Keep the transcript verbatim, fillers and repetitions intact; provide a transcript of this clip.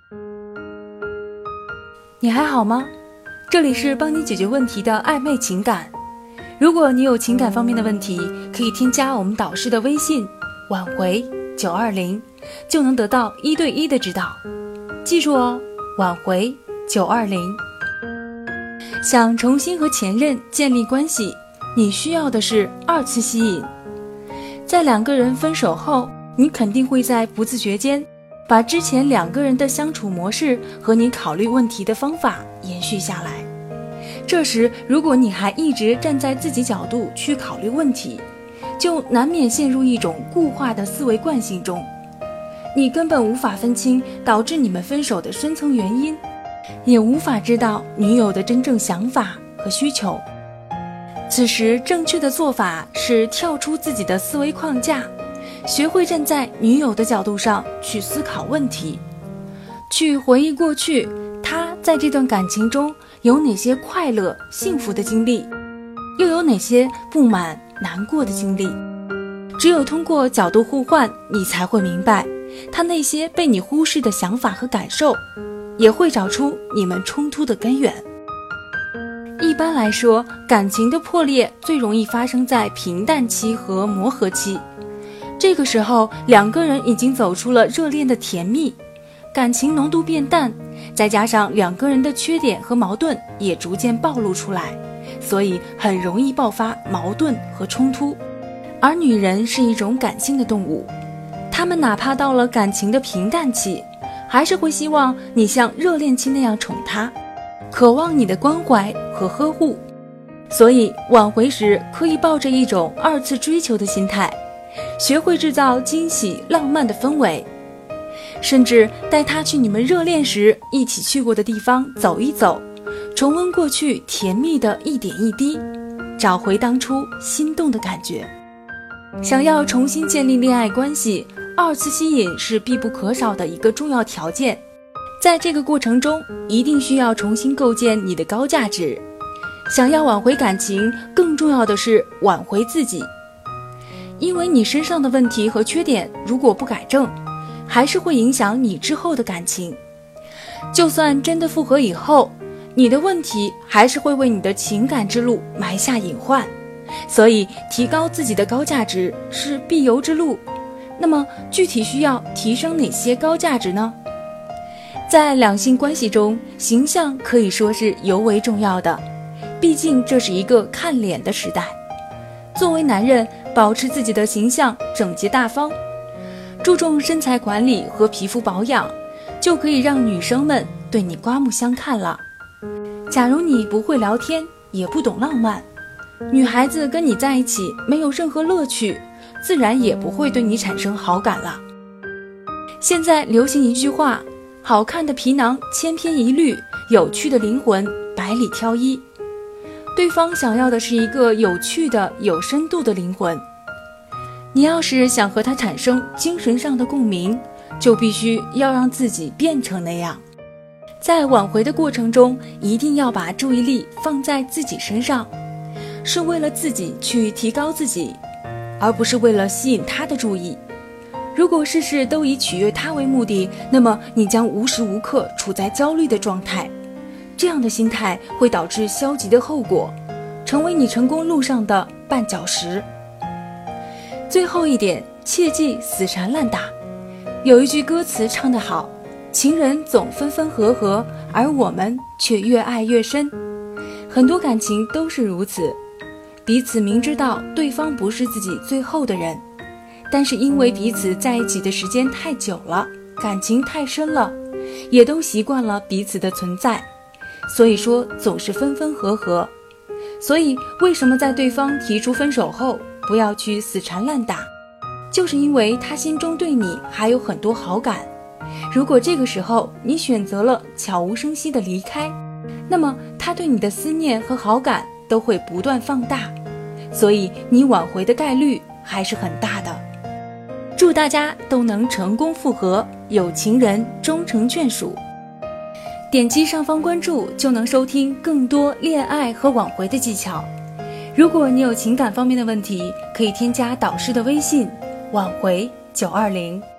你还好吗？这里是帮你解决问题的暧昧情感。如果你有情感方面的问题，可以添加我们导师的微信挽回九二零，就能得到一对一的指导。记住哦，挽回九二零。想重新和前任建立关系，你需要的是二次吸引。在两个人分手后，你肯定会在不自觉间把之前两个人的相处模式和你考虑问题的方法延续下来。这时，如果你还一直站在自己角度去考虑问题，就难免陷入一种固化的思维惯性中。你根本无法分清导致你们分手的深层原因，也无法知道女友的真正想法和需求。此时，正确的做法是跳出自己的思维框架，学会站在女友的角度上去思考问题，去回忆过去她在这段感情中有哪些快乐幸福的经历，又有哪些不满难过的经历。只有通过角度互换，你才会明白她那些被你忽视的想法和感受，也会找出你们冲突的根源。一般来说，感情的破裂最容易发生在平淡期和磨合期。这个时候，两个人已经走出了热恋的甜蜜，感情浓度变淡，再加上两个人的缺点和矛盾也逐渐暴露出来，所以很容易爆发矛盾和冲突。而女人是一种感性的动物，她们哪怕到了感情的平淡期，还是会希望你像热恋期那样宠她，渴望你的关怀和呵护。所以挽回时可以抱着一种二次追求的心态，学会制造惊喜浪漫的氛围，甚至带他去你们热恋时一起去过的地方走一走，重温过去甜蜜的一点一滴，找回当初心动的感觉。想要重新建立恋爱关系，二次吸引是必不可少的一个重要条件。在这个过程中，一定需要重新构建你的高价值。想要挽回感情，更重要的是挽回自己。因为你身上的问题和缺点如果不改正，还是会影响你之后的感情。就算真的复合以后，你的问题还是会为你的情感之路埋下隐患。所以提高自己的高价值是必由之路。那么具体需要提升哪些高价值呢？在两性关系中，形象可以说是尤为重要的，毕竟这是一个看脸的时代。作为男人，保持自己的形象整洁大方，注重身材管理和皮肤保养，就可以让女生们对你刮目相看了。假如你不会聊天，也不懂浪漫，女孩子跟你在一起没有任何乐趣，自然也不会对你产生好感了。现在流行一句话，好看的皮囊千篇一律，有趣的灵魂百里挑一。对方想要的是一个有趣的、有深度的灵魂。你要是想和他产生精神上的共鸣，就必须要让自己变成那样。在挽回的过程中，一定要把注意力放在自己身上，是为了自己去提高自己，而不是为了吸引他的注意。如果事事都以取悦他为目的，那么你将无时无刻处在焦虑的状态。这样的心态会导致消极的后果，成为你成功路上的绊脚石。最后一点，切忌死缠烂打。有一句歌词唱得好，情人总分分合合，而我们却越爱越深。很多感情都是如此，彼此明知道对方不是自己最后的人，但是因为彼此在一起的时间太久了，感情太深了，也都习惯了彼此的存在，所以说总是分分合合。所以为什么在对方提出分手后不要去死缠烂打，就是因为他心中对你还有很多好感。如果这个时候你选择了悄无声息的离开，那么他对你的思念和好感都会不断放大，所以你挽回的概率还是很大的。祝大家都能成功复合，有情人终成眷属。点击上方关注就能收听更多恋爱和挽回的技巧。如果你有情感方面的问题，可以添加导师的微信挽回九二零。